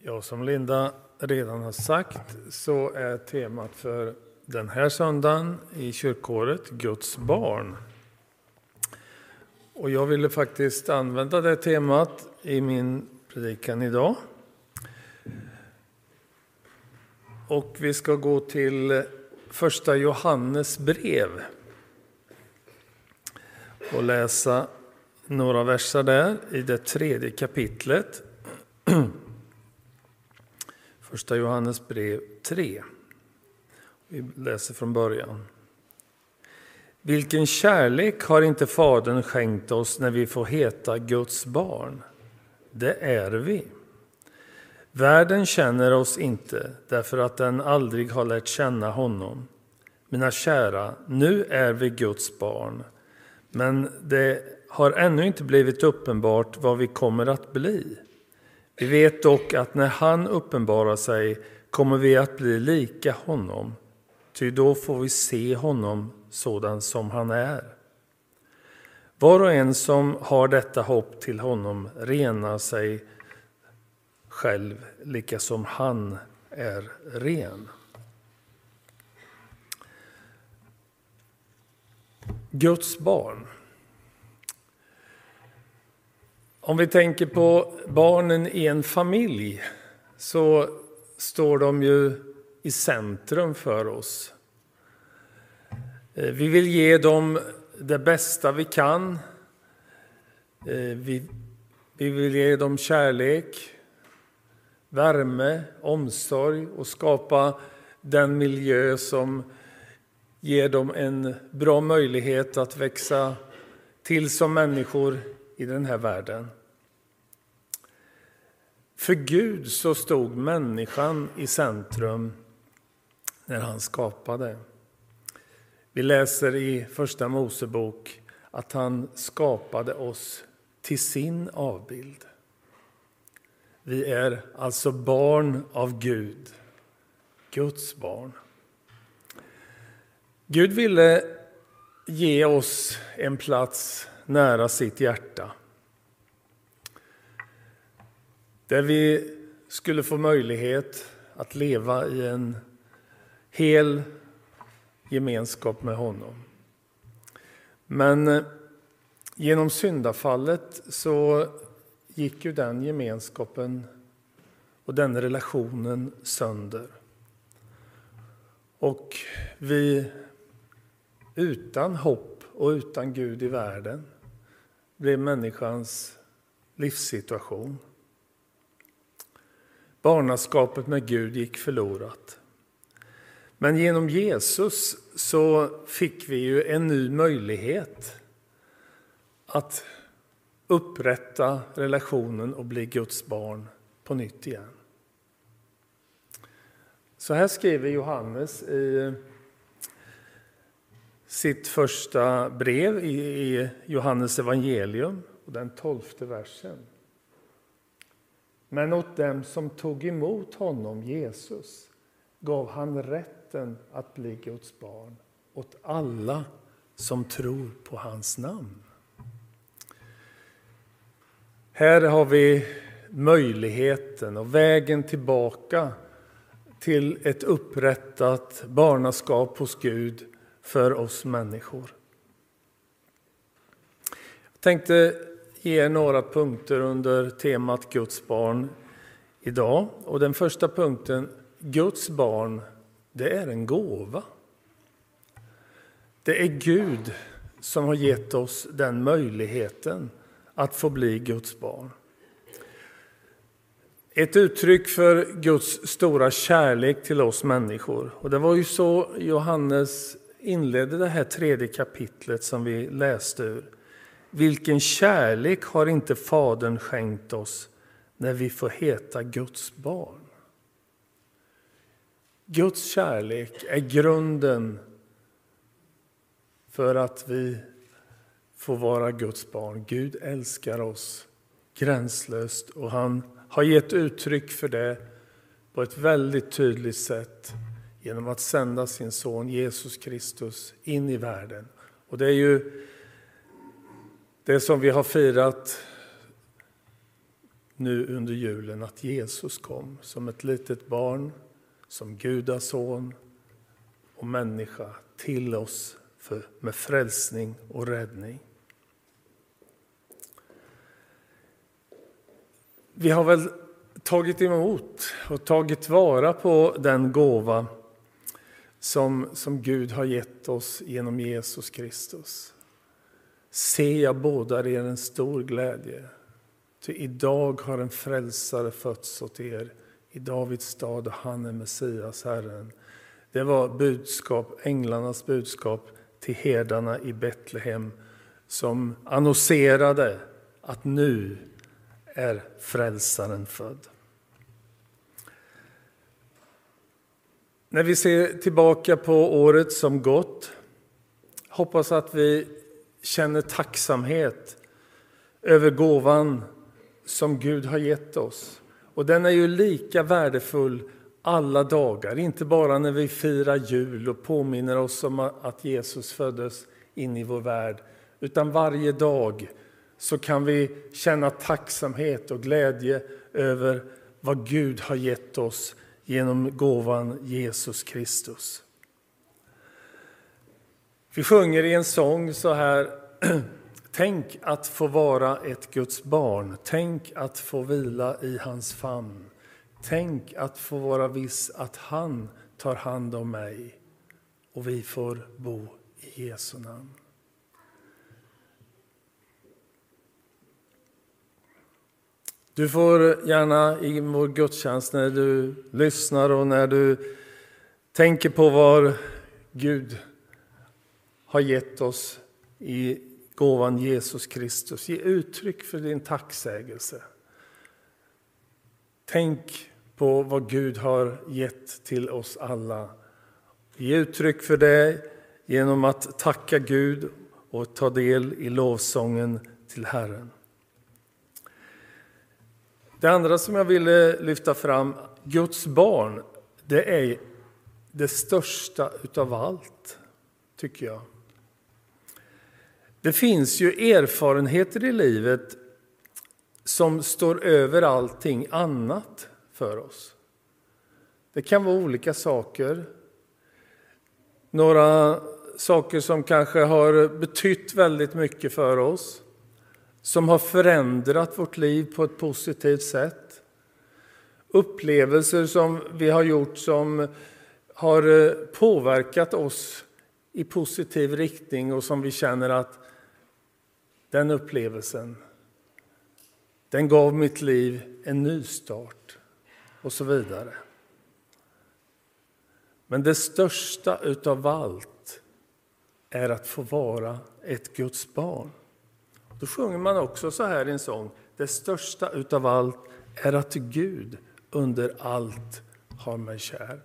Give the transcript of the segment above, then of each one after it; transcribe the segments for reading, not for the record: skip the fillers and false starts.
Ja, som Linda redan har sagt så är temat för den här söndagen i kyrkåret Guds barn. Och jag ville faktiskt använda det temat i min predikan idag. Och vi ska gå till första Johannes brev och läsa några verser där i det 3:e kapitlet. Första Johannes brev 3. Vi läser från början. Vilken kärlek har inte Fadern skänkt oss när vi får heta Guds barn? Det är vi. Världen känner oss inte därför att den aldrig har lärt känna honom. Mina kära, nu är vi Guds barn. Men det har ännu inte blivit uppenbart vad vi kommer att bli. Vi vet dock att när han uppenbarar sig kommer vi att bli lika honom. Ty då får vi se honom sådan som han är. Var och en som har detta hopp till honom renar sig själv lika som han är ren. Guds barn. Om vi tänker på barnen i en familj så står de ju i centrum för oss. Vi vill ge dem det bästa vi kan. Vi vill ge dem kärlek, värme, omsorg och skapa den miljö som ger dem en bra möjlighet att växa till som människor i den här världen. För Gud så stod människan i centrum när han skapade. Vi läser i första Mosebok att han skapade oss till sin avbild. Vi är alltså barn av Gud, Guds barn. Gud ville ge oss en plats nära sitt hjärta. Där vi skulle få möjlighet att leva i en hel gemenskap med honom. Men genom syndafallet så gick ju den gemenskapen och den relationen sönder. Och vi utan hopp och utan Gud i världen blev människans livssituation. Barnaskapet med Gud gick förlorat. Men genom Jesus så fick vi ju en ny möjlighet att upprätta relationen och bli Guds barn på nytt igen. Så här skriver Johannes i sitt första brev i Johannes evangelium och den 12:e versen. Men åt dem som tog emot honom, Jesus, gav han rätten att bli Guds barn åt alla som tror på hans namn. Här har vi möjligheten och vägen tillbaka till ett upprättat barnaskap hos Gud för oss människor. Jag tänkte ge er några punkter under temat Guds barn idag. Och den första punkten, Guds barn, det är en gåva. Det är Gud som har gett oss den möjligheten att få bli Guds barn. Ett uttryck för Guds stora kärlek till oss människor. Och det var ju så Johannes inledde det här 3:e kapitlet som vi läste ur. Vilken kärlek har inte Fadern skänkt oss när vi får heta Guds barn? Guds kärlek är grunden för att vi får vara Guds barn. Gud älskar oss gränslöst och han har gett uttryck för det på ett väldigt tydligt sätt genom att sända sin son Jesus Kristus in i världen. Och det är ju det som vi har firat nu under julen att Jesus kom som ett litet barn, som gudason och människa till oss med frälsning och räddning. Vi har väl tagit emot och tagit vara på den gåva som Gud har gett oss genom Jesus Kristus. Se, jag bådar er en stor glädje. Ty idag har en frälsare fötts åt er i Davids stad och han är Messias, Herren. Det var änglarnas budskap till herdarna i Betlehem som annonserade att nu är frälsaren född. När vi ser tillbaka på året som gått, hoppas att vi känner tacksamhet över gåvan som Gud har gett oss. Och den är ju lika värdefull alla dagar, inte bara när vi firar jul och påminner oss om att Jesus föddes in i vår värld, utan varje dag så kan vi känna tacksamhet och glädje över vad Gud har gett oss genom gåvan Jesus Kristus. Vi sjunger i en sång så här: tänk att få vara ett Guds barn, tänk att få vila i hans famn. Tänk att få vara viss att han tar hand om mig och vi får bo i Jesu namn. Du får gärna i vår gudstjänst, när du lyssnar och när du tänker på vad Gud har gett oss i gåvan Jesus Kristus, ge uttryck för din tacksägelse. Tänk på vad Gud har gett till oss alla. Ge uttryck för det genom att tacka Gud och ta del i lovsången till Herren. Det andra som jag ville lyfta fram, Guds barn, det är det största utav allt, tycker jag. Det finns ju erfarenheter i livet som står över allting annat för oss. Det kan vara olika saker. Några saker som kanske har betytt väldigt mycket för oss. Som har förändrat vårt liv på ett positivt sätt. Upplevelser som vi har gjort som har påverkat oss i positiv riktning och som vi känner att den upplevelsen, den gav mitt liv en ny start och så vidare. Men det största utav allt är att få vara ett Guds barn. Då sjunger man också så här i en sång: det största utav allt är att Gud under allt har mig kär.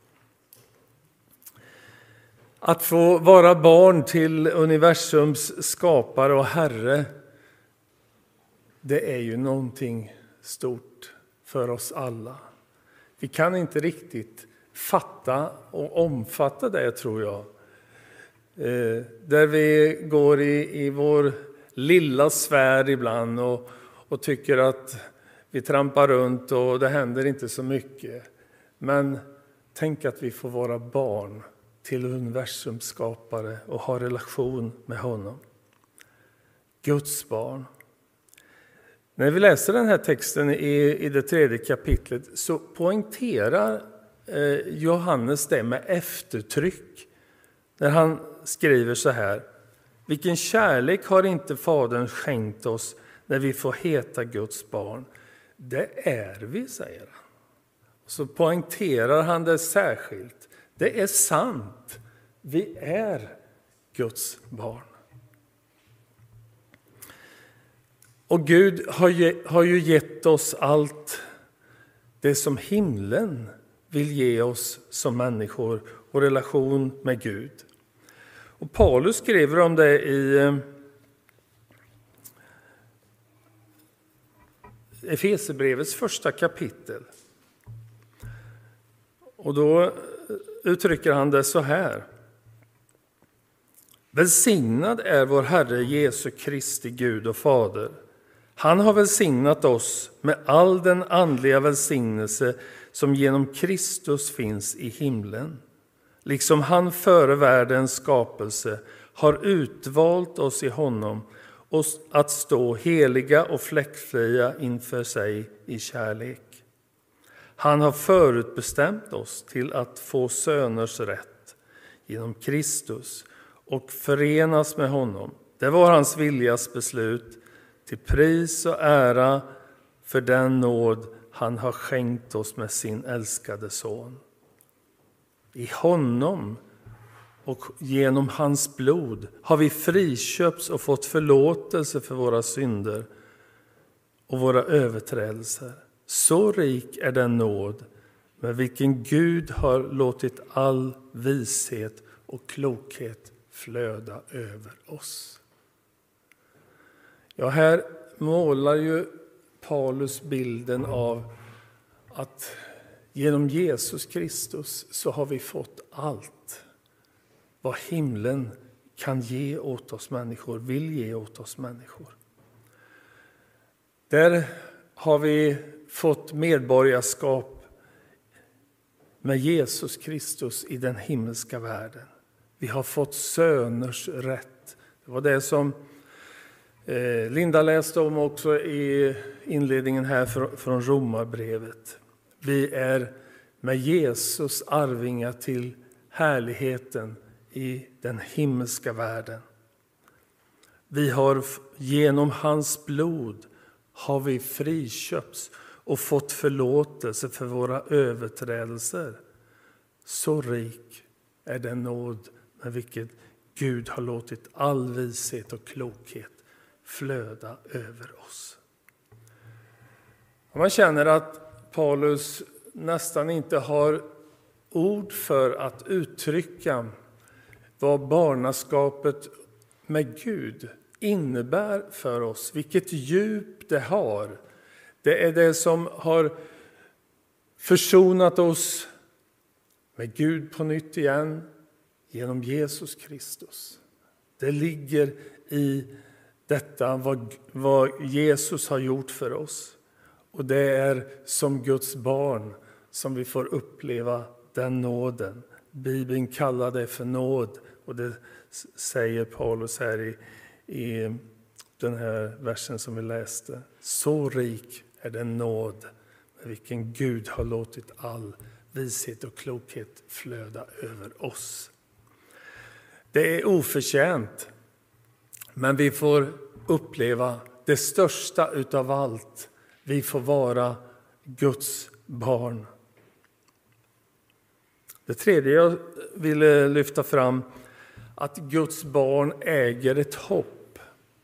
Att få vara barn till universums skapare och Herre, det är ju någonting stort för oss alla. Vi kan inte riktigt fatta och omfatta det, tror jag. Där vi går i vår lilla sfär ibland och tycker att vi trampar runt och det händer inte så mycket. Men tänk att vi får vara barn till universums skapare och ha relation med honom. Guds barn. När vi läser den här texten i det 3:e kapitlet så poängterar Johannes det med eftertryck. När han skriver så här: vilken kärlek har inte Fadern skänkt oss när vi får heta Guds barn? Det är vi, säger han. Så poängterar han det särskilt. Det är sant. Vi är Guds barn. Och Gud har ju gett oss allt det som himlen vill ge oss som människor och relation med Gud. Och Paulus skriver om det i Efesierbrevets 1:a kapitel. Och då uttrycker han det så här: välsignad är vår Herre Jesu Kristi Gud och Fader. Han har välsignat oss med all den andliga välsignelse som genom Kristus finns i himlen. Liksom han före världens skapelse har utvalt oss i honom och att stå heliga och fläckfria inför sig i kärlek. Han har förutbestämt oss till att få söners rätt genom Kristus och förenas med honom. Det var hans viljas beslut, till pris och ära för den nåd han har skänkt oss med sin älskade son. I honom och genom hans blod har vi friköpts och fått förlåtelse för våra synder och våra överträdelser. Så rik är den nåd med vilken Gud har låtit all vishet och klokhet flöda över oss. Ja, här målar ju Paulus bilden av att genom Jesus Kristus så har vi fått allt vad himlen kan ge åt oss människor, vill ge åt oss människor. Där har vi fått medborgarskap med Jesus Kristus i den himmelska världen. Vi har fått söners rätt. Det var det som Linda läste om också i inledningen här från Romarbrevet. Vi är med Jesus arvingar till härligheten i den himmelska världen. Vi har genom hans blod har vi friköpts och fått förlåtelse för våra överträdelser. Så rik är den nåd med vilket Gud har låtit all vishet och klokhet flöda över oss. Man känner att Paulus nästan inte har ord för att uttrycka vad barnaskapet med Gud innebär för oss. Vilket djup det har. Det är det som har försonat oss med Gud på nytt igen genom Jesus Kristus. Det ligger i detta vad Jesus har gjort för oss. Och det är som Guds barn som vi får uppleva den nåden. Bibeln kallar det för nåd. Och det säger Paulus här i den här versen som vi läste. Så rik är den nåd med vilken Gud har låtit all vishet och klokhet flöda över oss. Det är oförtjänt. Men vi får uppleva det största utav allt. Vi får vara Guds barn. Det tredje jag ville lyfta fram, att Guds barn äger ett hopp.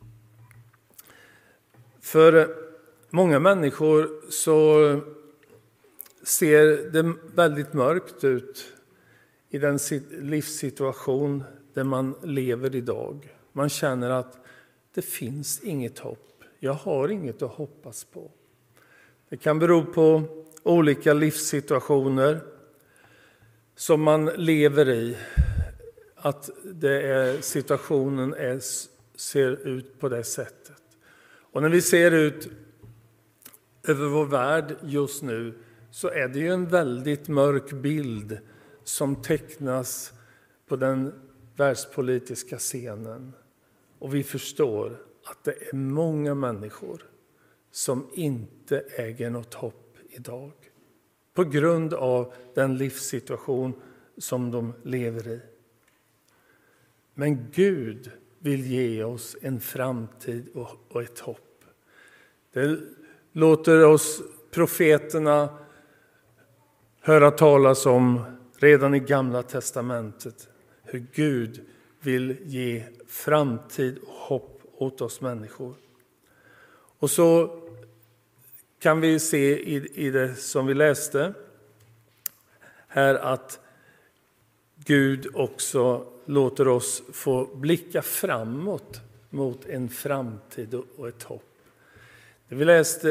För många människor så ser det väldigt mörkt ut i den livssituation där man lever idag. Man känner att det finns inget hopp. Jag har inget att hoppas på. Det kan bero på olika livssituationer som man lever i. Att situationen ser ut på det sättet. Och när vi ser ut över vår värld just nu så är det ju en väldigt mörk bild som tecknas på den världspolitiska scenen. Och vi förstår att det är många människor som inte äger något hopp idag. På grund av den livssituation som de lever i. Men Gud vill ge oss en framtid och ett hopp. Det låter oss profeterna höra talas om redan i Gamla testamentet. Hur Gud vill ge framtid och hopp åt oss människor. Och så kan vi se i det som vi läste här att Gud också låter oss få blicka framåt mot en framtid och ett hopp. Det vi läste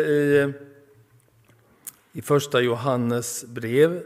i första Johannes brev,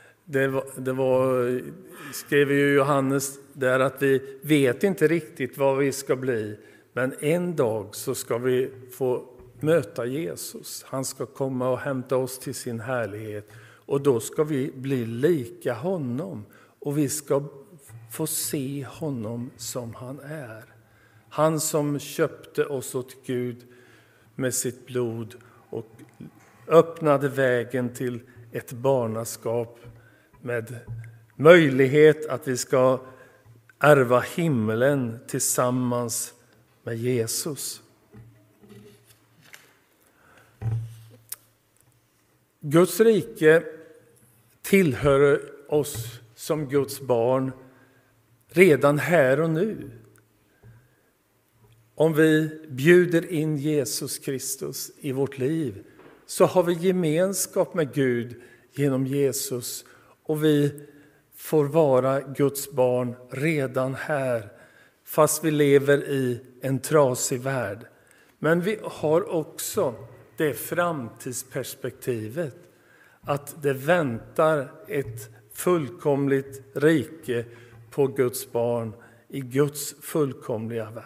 skrev ju Johannes där att vi vet inte riktigt vad vi ska bli, men en dag så ska vi få möta Jesus. Han ska komma och hämta oss till sin härlighet. Och då ska vi bli lika honom. Och vi ska få se honom som han är. Han som köpte oss åt Gud med sitt blod och öppnade vägen till ett barnaskap med möjlighet att vi ska ärva himlen tillsammans med Jesus. Guds rike tillhör oss som Guds barn redan här och nu. Om vi bjuder in Jesus Kristus i vårt liv så har vi gemenskap med Gud genom Jesus och vi får vara Guds barn redan här fast vi lever i en trasig värld. Men vi har också det framtidsperspektivet att det väntar ett fullkomligt rike på Guds barn i Guds fullkomliga värld.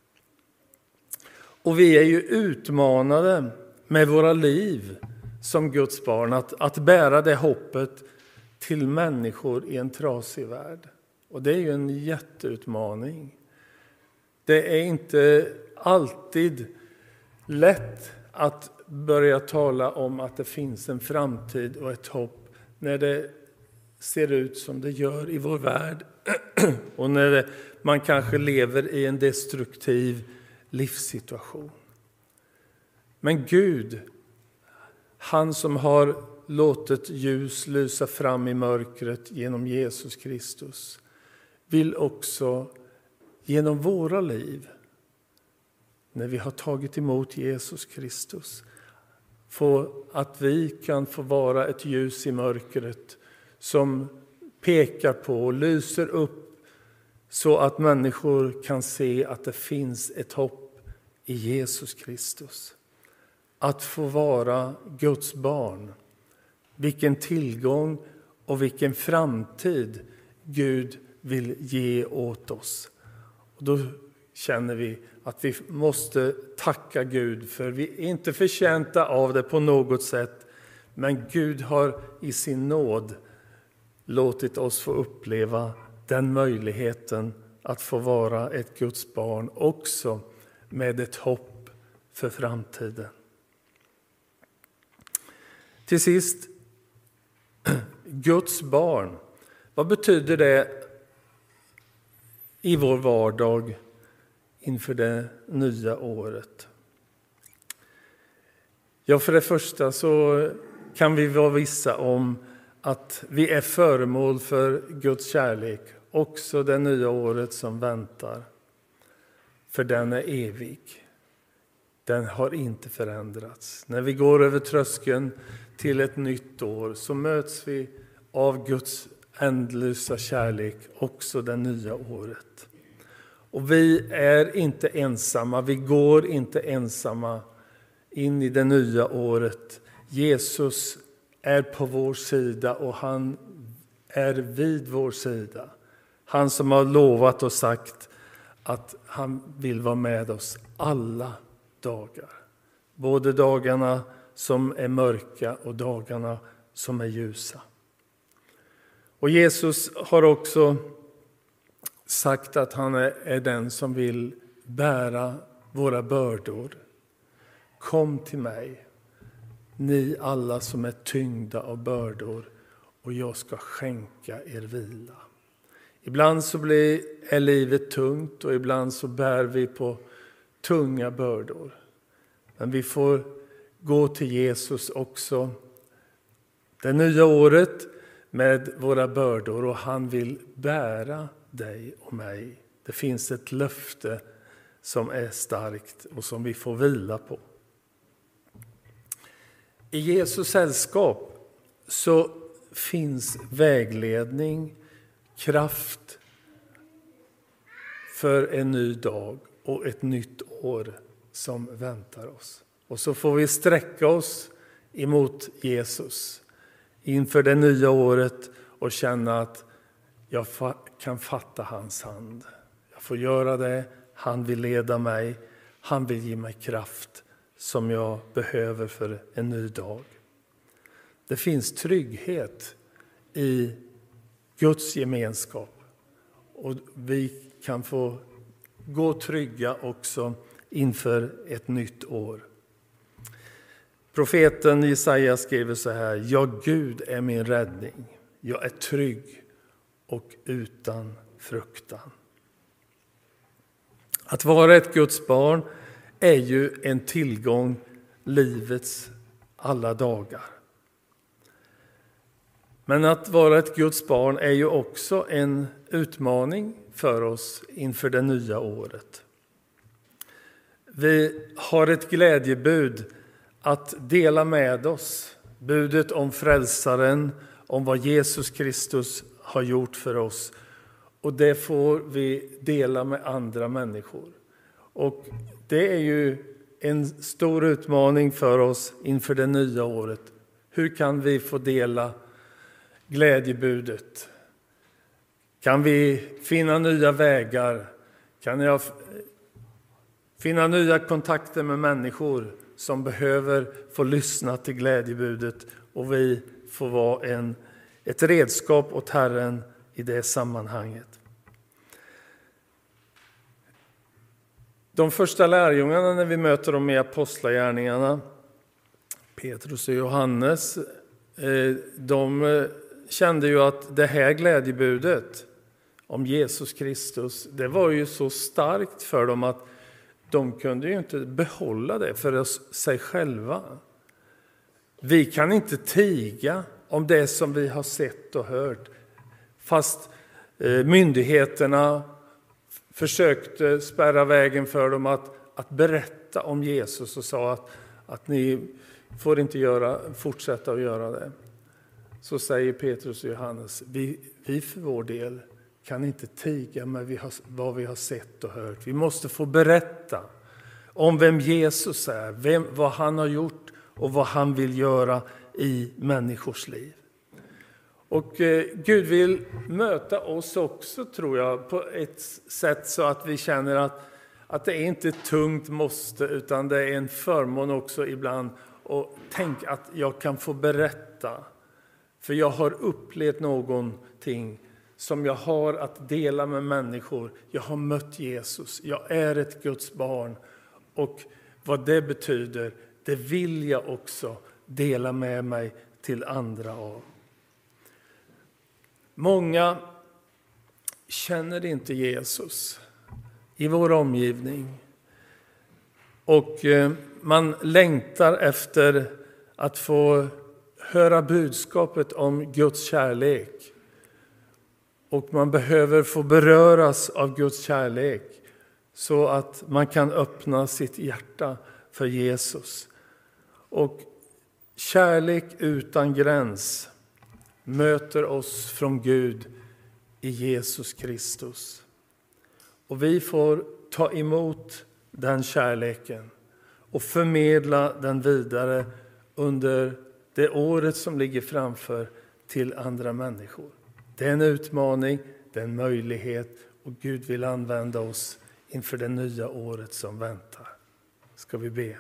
Och vi är ju utmanade med våra liv som Guds barn att bära det hoppet till människor i en trasig värld. Och det är ju en jätteutmaning. Det är inte alltid lätt att börja tala om att det finns en framtid och ett hopp när det ser ut som det gör i vår värld och när man kanske lever i en destruktiv livssituation. Men Gud, han som har låtit ljus lysa fram i mörkret genom Jesus Kristus, vill också genom våra liv, när vi har tagit emot Jesus Kristus, att vi kan få vara ett ljus i mörkret som pekar på och lyser upp så att människor kan se att det finns ett hopp i Jesus Kristus. Att få vara Guds barn. Vilken tillgång och vilken framtid Gud vill ge åt oss. Och då känner vi att vi måste tacka Gud, för vi är inte förtjänta av det på något sätt. Men Gud har i sin nåd låtit oss få uppleva den möjligheten att få vara ett Guds barn också med ett hopp för framtiden. Till sist, Guds barn. Vad betyder det i vår vardag inför det nya året? Ja, för det första så kan vi vara vissa om att vi är föremål för Guds kärlek, också det nya året som väntar. För den är evig. Den har inte förändrats. När vi går över tröskeln till ett nytt år så möts vi av Guds ändlösa kärlek också det nya året. Och vi är inte ensamma, vi går inte ensamma in i det nya året. Jesus är på vår sida och han är vid vår sida. Han som har lovat och sagt att han vill vara med oss alla dagar. Både dagarna som är mörka och dagarna som är ljusa. Och Jesus har också sagt att han är den som vill bära våra bördor. Kom till mig, ni alla som är tyngda av bördor, och jag ska skänka er vila. Ibland så är livet tungt och ibland så bär vi på tunga bördor. Men vi får gå till Jesus också det nya året med våra bördor, och han vill bära dig och mig. Det finns ett löfte som är starkt och som vi får vila på. I Jesus sällskap så finns vägledning, kraft för en ny dag och ett nytt år som väntar oss. Och så får vi sträcka oss emot Jesus inför det nya året och känna att jag kan fatta hans hand. Jag får göra det. Han vill leda mig. Han vill ge mig kraft som jag behöver för en ny dag. Det finns trygghet i Guds gemenskap. Och vi kan få gå trygga också inför ett nytt år. Profeten Jesaja skriver så här: Ja, Gud är min räddning. Jag är trygg och utan fruktan. Att vara ett Guds barn är ju en tillgång livets alla dagar. Men att vara ett Guds barn är ju också en utmaning för oss inför det nya året. Vi har ett glädjebud att dela med oss. Budet om frälsaren, om vad Jesus Kristus har gjort för oss. Och det får vi dela med andra människor. Och det är ju en stor utmaning för oss inför det nya året. Hur kan vi få dela glädjebudet? Kan vi finna nya vägar? Kan jag finna nya kontakter med människor som behöver få lyssna till glädjebudet, och vi får vara ett redskap åt Herren i det sammanhanget. De första lärjungarna, när vi möter dem i apostlagärningarna, Petrus och Johannes, de kände ju att det här glädjebudet om Jesus Kristus, det var ju så starkt för dem att de kunde ju inte behålla det för sig själva. Vi kan inte tiga om det som vi har sett och hört. Fast myndigheterna försökte spärra vägen för dem att berätta om Jesus och sa att ni får inte fortsätta att göra det. Så säger Petrus och Johannes: vi för vår del kan inte tiga med vad vi har sett och hört. Vi måste få berätta om vem Jesus är, vad han har gjort och vad han vill göra i människors liv. Och Gud vill möta oss också, tror jag, på ett sätt så att vi känner att det är inte ett tungt måste, utan det är en förmån också ibland. Och tänk att jag kan få berätta, för jag har upplevt någonting som jag har att dela med människor. Jag har mött Jesus, jag är ett Guds barn, och vad det betyder, det vill jag också dela med mig till andra av. Många känner inte Jesus i vår omgivning, och man längtar efter att få höra budskapet om Guds kärlek, och man behöver få beröras av Guds kärlek så att man kan öppna sitt hjärta för Jesus. Och kärlek utan gräns möter oss från Gud i Jesus Kristus. Och vi får ta emot den kärleken och förmedla den vidare under det året som ligger framför till andra människor. Det är en utmaning, det är en möjlighet, och Gud vill använda oss inför det nya året som väntar. Ska vi be?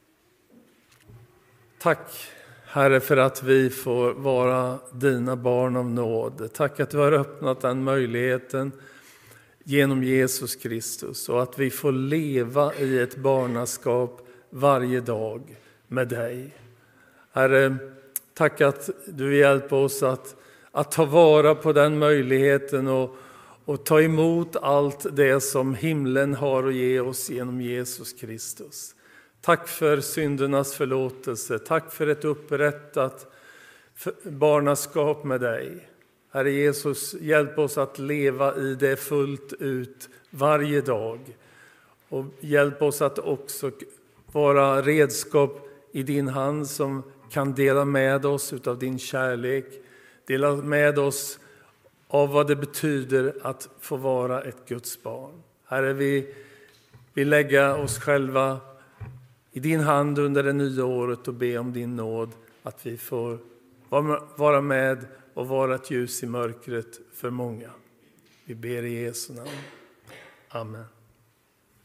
Tack, Herre, för att vi får vara dina barn av nåd. Tack att du har öppnat den möjligheten genom Jesus Kristus, och att vi får leva i ett barnaskap varje dag med dig. Herre, tack att du hjälper oss att ta vara på den möjligheten och ta emot allt det som himlen har att ge oss genom Jesus Kristus. Tack för syndernas förlåtelse. Tack för ett upprättat barnaskap med dig. Herre Jesus, hjälp oss att leva i det fullt ut varje dag. Och hjälp oss att också vara redskap i din hand som kan dela med oss av din kärlek. Dela med oss av vad det betyder att få vara ett Guds barn. Herre, vi lägger oss själva i din hand under det nya året och be om din nåd, att vi får vara med och vara ett ljus i mörkret för många. Vi ber i Jesu namn. Amen.